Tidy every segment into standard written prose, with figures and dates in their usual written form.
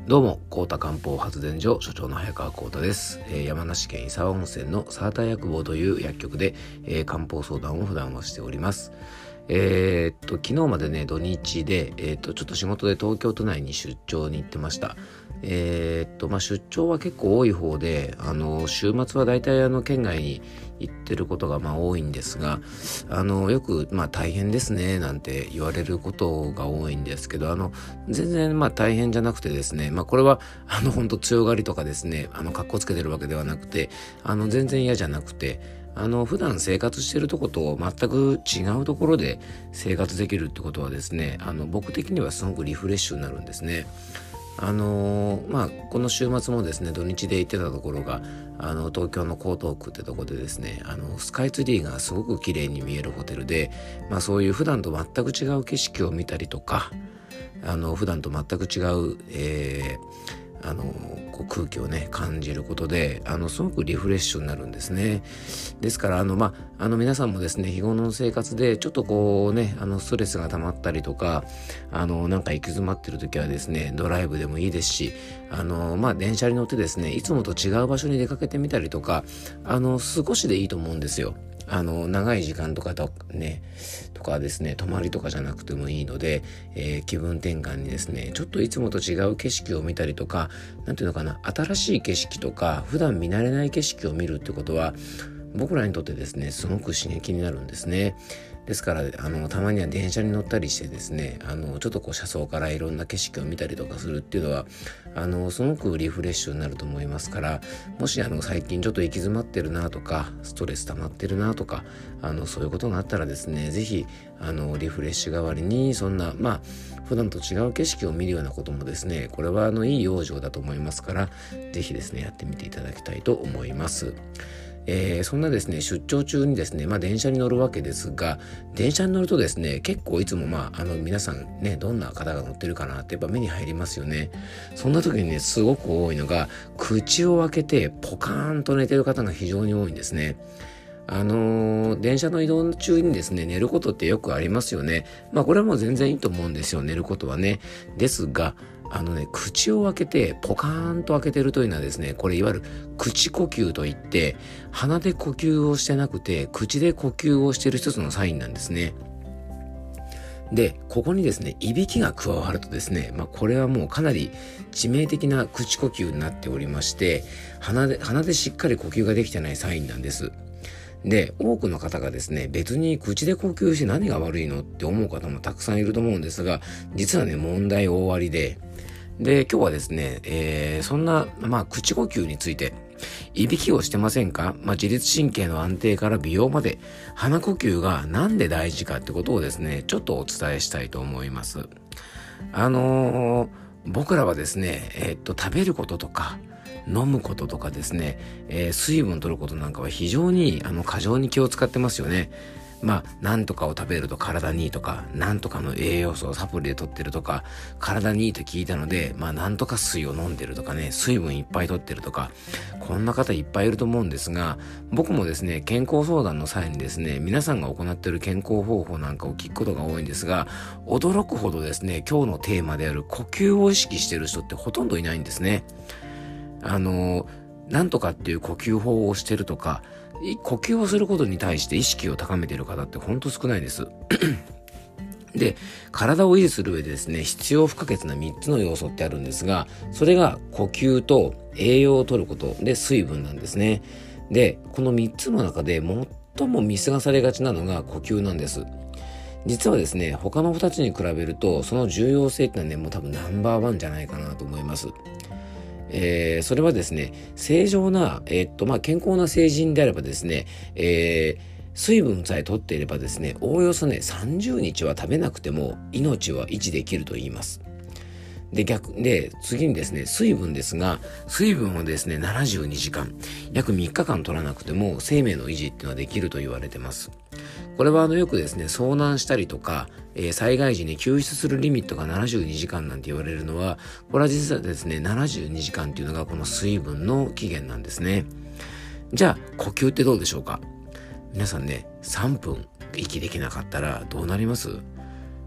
どうも、幸田漢方発電所所長の早川幸太です。山梨県伊沢温泉のサーター薬房という薬局で、漢方相談を普段はしております。昨日までね、土日で、ちょっと仕事で東京都内に出張に行ってました。出張は結構多い方で、週末は大体県外に行ってることが多いんですが、よく大変ですねなんて言われることが多いんですけど、全然大変じゃなくてですね、これは本当強がりとかですね、格好つけてるわけではなくて、全然嫌じゃなくて、普段生活してるとこと全く違うところで生活できるってことはですね、僕的にはすごくリフレッシュになるんですね。この週末もですね、土日で行ってたところが東京の江東区ってとこでですね、スカイツリーがすごく綺麗に見えるホテルで、そういう普段と全く違う景色を見たりとか、普段と全く違う、空気をね感じることですごくリフレッシュになるんですね。ですから皆さんもですね、日頃の生活でちょっとストレスが溜まったりとかなんか行き詰まってる時はですね、ドライブでもいいですし電車に乗ってですね、いつもと違う場所に出かけてみたりとか少しでいいと思うんですよ。長い時間とかですね、泊まりとかじゃなくてもいいので、気分転換にですね、ちょっといつもと違う景色を見たりとか、新しい景色とか普段見慣れない景色を見るってことは僕らにとってですね、すごく刺激になるんですね。ですからたまには電車に乗ったりしてですね、ちょっと車窓からいろんな景色を見たりとかするっていうのはすごくリフレッシュになると思いますから、もし最近ちょっと行き詰まってるなとか、ストレス溜まってるなとかそういうことがあったらですね、ぜひリフレッシュ代わりにそんな普段と違う景色を見るようなこともですね、これはいい養生だと思いますから、ぜひですねやってみていただきたいと思います。そんなですね、出張中にですね、電車に乗るわけですが、電車に乗るとですね、結構いつも皆さんね、どんな方が乗ってるかなってやっぱ目に入りますよね。そんな時にね、すごく多いのが、口を開けてポカーンと寝てる方が非常に多いんですね。電車の移動中にですね、寝ることってよくありますよね。これはもう全然いいと思うんですよ、寝ることはね。ですが、口を開けてポカーンと開けてるというのはですね、これいわゆる口呼吸といって、鼻で呼吸をしてなくて口で呼吸をしている一つのサインなんですね。で、ここにですね、いびきが加わるとですね、これはもうかなり致命的な口呼吸になっておりまして、鼻でしっかり呼吸ができてないサインなんです。で、多くの方がですね、別に口で呼吸して何が悪いのって思う方もたくさんいると思うんですが、実はね、問題大ありで、今日はですね、そんな、口呼吸について、いびきをしてませんか？自律神経の安定から美容まで、鼻呼吸がなんで大事かってことをですね、ちょっとお伝えしたいと思います。僕らはですね、食べることとか、飲むこととかですね、水分取ることなんかは非常に過剰に気を使ってますよね。なんとかを食べると体にいいとか、なんとかの栄養素をサプリで取ってるとか、体にいいと聞いたので、なんとか水を飲んでるとかね、水分いっぱい取ってるとか、こんな方いっぱいいると思うんですが、僕もですね、健康相談の際にですね、皆さんが行っている健康方法なんかを聞くことが多いんですが、驚くほどですね、今日のテーマである呼吸を意識している人ってほとんどいないんですね。なんとかっていう呼吸法をしてるとか、呼吸をすることに対して意識を高めている方ってほんと少ないです。で、体を維持する上でですね、必要不可欠な3つの要素ってあるんですが、それが呼吸と栄養を取ることで水分なんですね。で、この3つの中で最も見過ごされがちなのが呼吸なんです。実はですね、他の2つに比べるとその重要性ってのはね、もう多分ナンバーワンじゃないかなと思います。それはですね、正常な、健康な成人であればですね、水分さえ取っていればですね、おおよそね、30日は食べなくても命は維持できると言います。で、次にですね、水分ですが、水分をですね、72時間、約3日間取らなくても生命の維持っていうのはできると言われてます。これはよくですね、遭難したりとか、災害時に救出するリミットが72時間なんて言われるのは、これは実はですね、72時間っていうのがこの水分の期限なんですね。じゃあ、呼吸ってどうでしょうか？皆さんね、3分息できなかったらどうなります？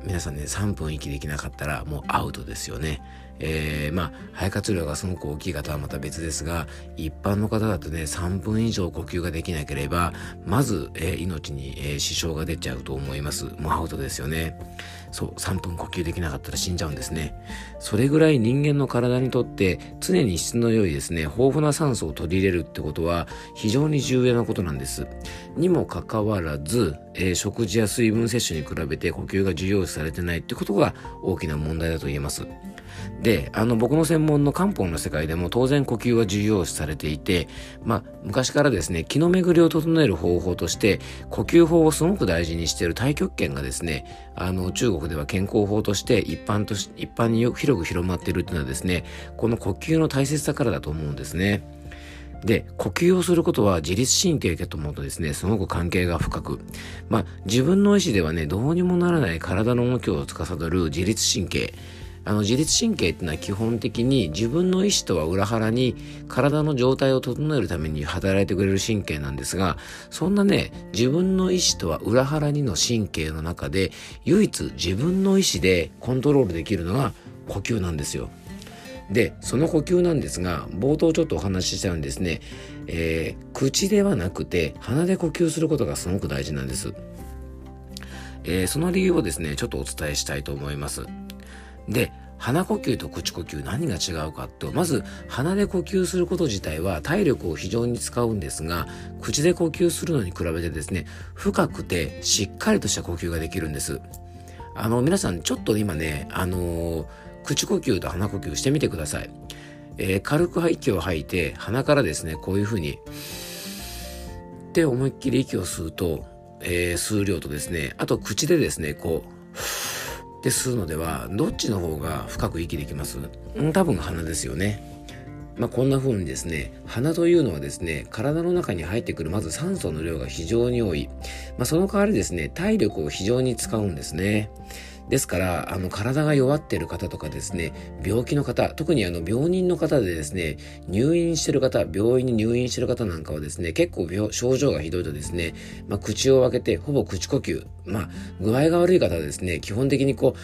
皆さんね、3分息できなかったらもうアウトですよね。肺活量がすごく大きい方はまた別ですが、一般の方だとね、3分以上呼吸ができなければ、まず、命に、支障が出ちゃうと思います。もうアウトですよね。そう、3分呼吸できなかったら死んじゃうんですね。それぐらい人間の体にとって常に質の良いですね、豊富な酸素を取り入れるってことは非常に重要なことなんです。にもかかわらず、食事や水分摂取に比べて呼吸が重要視されてないってことが大きな問題だと言えます。で、僕の専門の漢方の世界でも当然呼吸は重要視されていて、昔からですね、気の巡りを整える方法として呼吸法をすごく大事にしている太極拳がですね、中国では健康法として一般に広く広まっているっていうのはですね、この呼吸の大切さからだと思うんですね。で、呼吸をすることは自律神経ともとですね、すごく関係が深く、自分の意思ではね、どうにもならない体の動きを司る自律神経。自律神経っていうのは基本的に自分の意思とは裏腹に体の状態を整えるために働いてくれる神経なんですが、そんなね、自分の意思とは裏腹にの神経の中で唯一自分の意思でコントロールできるのが呼吸なんですよ。で、その呼吸なんですが、冒頭ちょっとお話ししたようにですね、口ではなくて鼻で呼吸することがすごく大事なんです。その理由をですね、ちょっとお伝えしたいと思います。で、鼻呼吸と口呼吸何が違うかと、まず鼻で呼吸すること自体は体力を非常に使うんですが、口で呼吸するのに比べてですね、深くてしっかりとした呼吸ができるんです。皆さんちょっと今ね、口呼吸と鼻呼吸してみてください。軽く息を吐いて鼻からですね、こういう風にで思いっきり息を吸うと、吸う量とですね、あと口でですね、こうで吸うのではどっちの方が深く息できます？多分鼻ですよね。こんな風にですね、鼻というのはですね、体の中に入ってくるまず酸素の量が非常に多い。その代わりですね、体力を非常に使うんですね。ですから、体が弱っている方とかですね、病気の方、特に病人の方でですね、病院に入院している方なんかはですね、結構症状がひどいとですね、口を開けて、ほぼ口呼吸。具合が悪い方はですね、基本的にこう、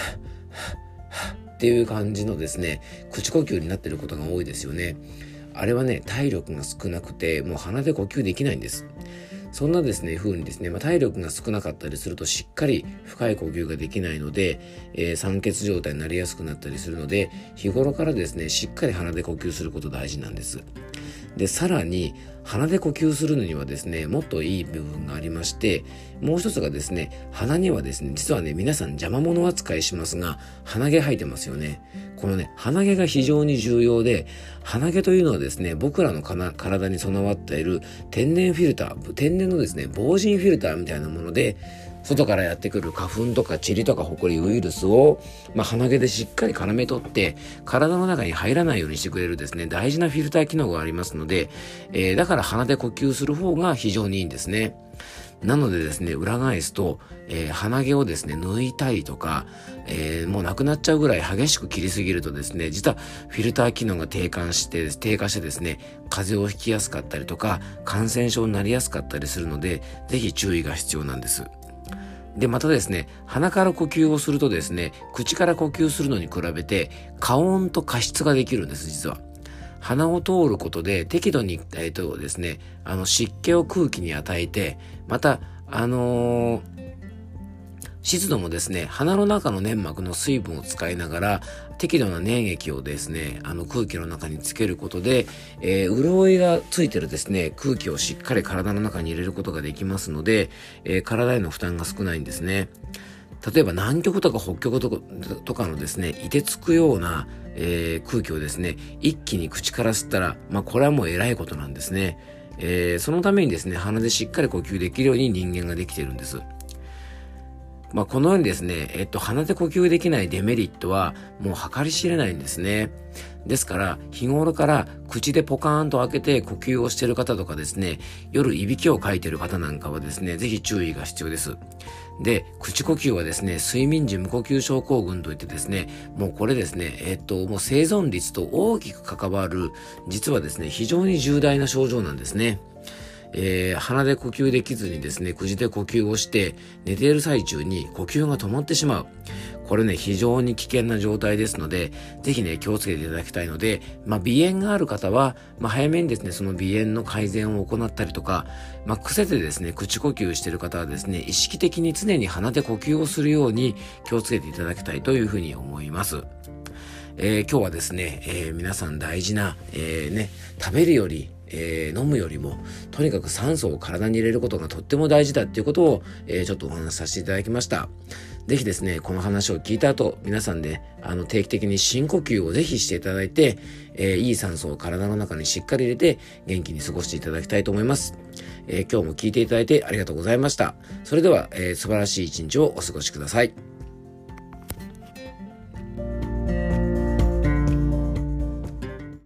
っていう感じのですね、口呼吸になっていることが多いですよね。あれはね、体力が少なくて、もう鼻で呼吸できないんです。そんなですね、風にですね、体力が少なかったりするとしっかり深い呼吸ができないので、酸欠状態になりやすくなったりするので、日頃からですね、しっかり鼻で呼吸すること大事なんです。で、さらに鼻で呼吸するのにはですね、もっといい部分がありまして、もう一つがですね、鼻にはですね、実はね、皆さん邪魔者扱いしますが、鼻毛生えてますよね。このね、鼻毛が非常に重要で、鼻毛というのはですね、僕らの体に備わっている天然フィルター、天然のですね、防塵フィルターみたいなもので、外からやってくる花粉とか塵とかホコリ、ウイルスを、鼻毛でしっかり絡め取って体の中に入らないようにしてくれるですね、大事なフィルター機能がありますので、だから鼻で呼吸する方が非常にいいんですね。なのでですね、裏返すと、鼻毛をですね、抜いたりとか、もうなくなっちゃうぐらい激しく切りすぎるとですね、実はフィルター機能が低下してですね、風邪をひきやすかったりとか、感染症になりやすかったりするので、ぜひ注意が必要なんです。で、またですね、鼻から呼吸をするとですね、口から呼吸するのに比べて、加温と加湿ができるんです、実は。鼻を通ることで適度に、ですね、湿気を空気に与えて、また、湿度もですね、鼻の中の粘膜の水分を使いながら、適度な粘液をですね、空気の中につけることで、潤いがついてるですね、空気をしっかり体の中に入れることができますので、体への負担が少ないんですね。例えば南極とか北極とかのですね、凍てつくような、空気をですね、一気に口から吸ったら、これはもう偉いことなんですね。そのためにですね、鼻でしっかり呼吸できるように人間ができているんです。このようにですね、鼻で呼吸できないデメリットはもう計り知れないんですね。ですから、日頃から口でポカーンと開けて呼吸をしている方とかですね、夜いびきをかいている方なんかはですね、ぜひ注意が必要です。で、口呼吸はですね、睡眠時無呼吸症候群といってですね、もうこれですね、もう生存率と大きく関わる、実はですね、非常に重大な症状なんですね。 鼻で呼吸できずにですね、口で呼吸をして寝ている最中に呼吸が止まってしまう。これね、非常に危険な状態ですので、ぜひね、気をつけていただきたいので、鼻炎がある方は、早めにですね、その鼻炎の改善を行ったりとか、癖でですね、口呼吸している方はですね、意識的に常に鼻で呼吸をするように気をつけていただきたいというふうに思います。今日はですね、皆さん大事な、食べるより、飲むよりもとにかく酸素を体に入れることがとっても大事だっていうことを、ちょっとお話しさせていただきました。ぜひですね、この話を聞いた後、皆さんで、定期的に深呼吸をぜひしていただいて、いい酸素を体の中にしっかり入れて元気に過ごしていただきたいと思います。今日も聞いていただいてありがとうございました。それでは、素晴らしい一日をお過ごしください。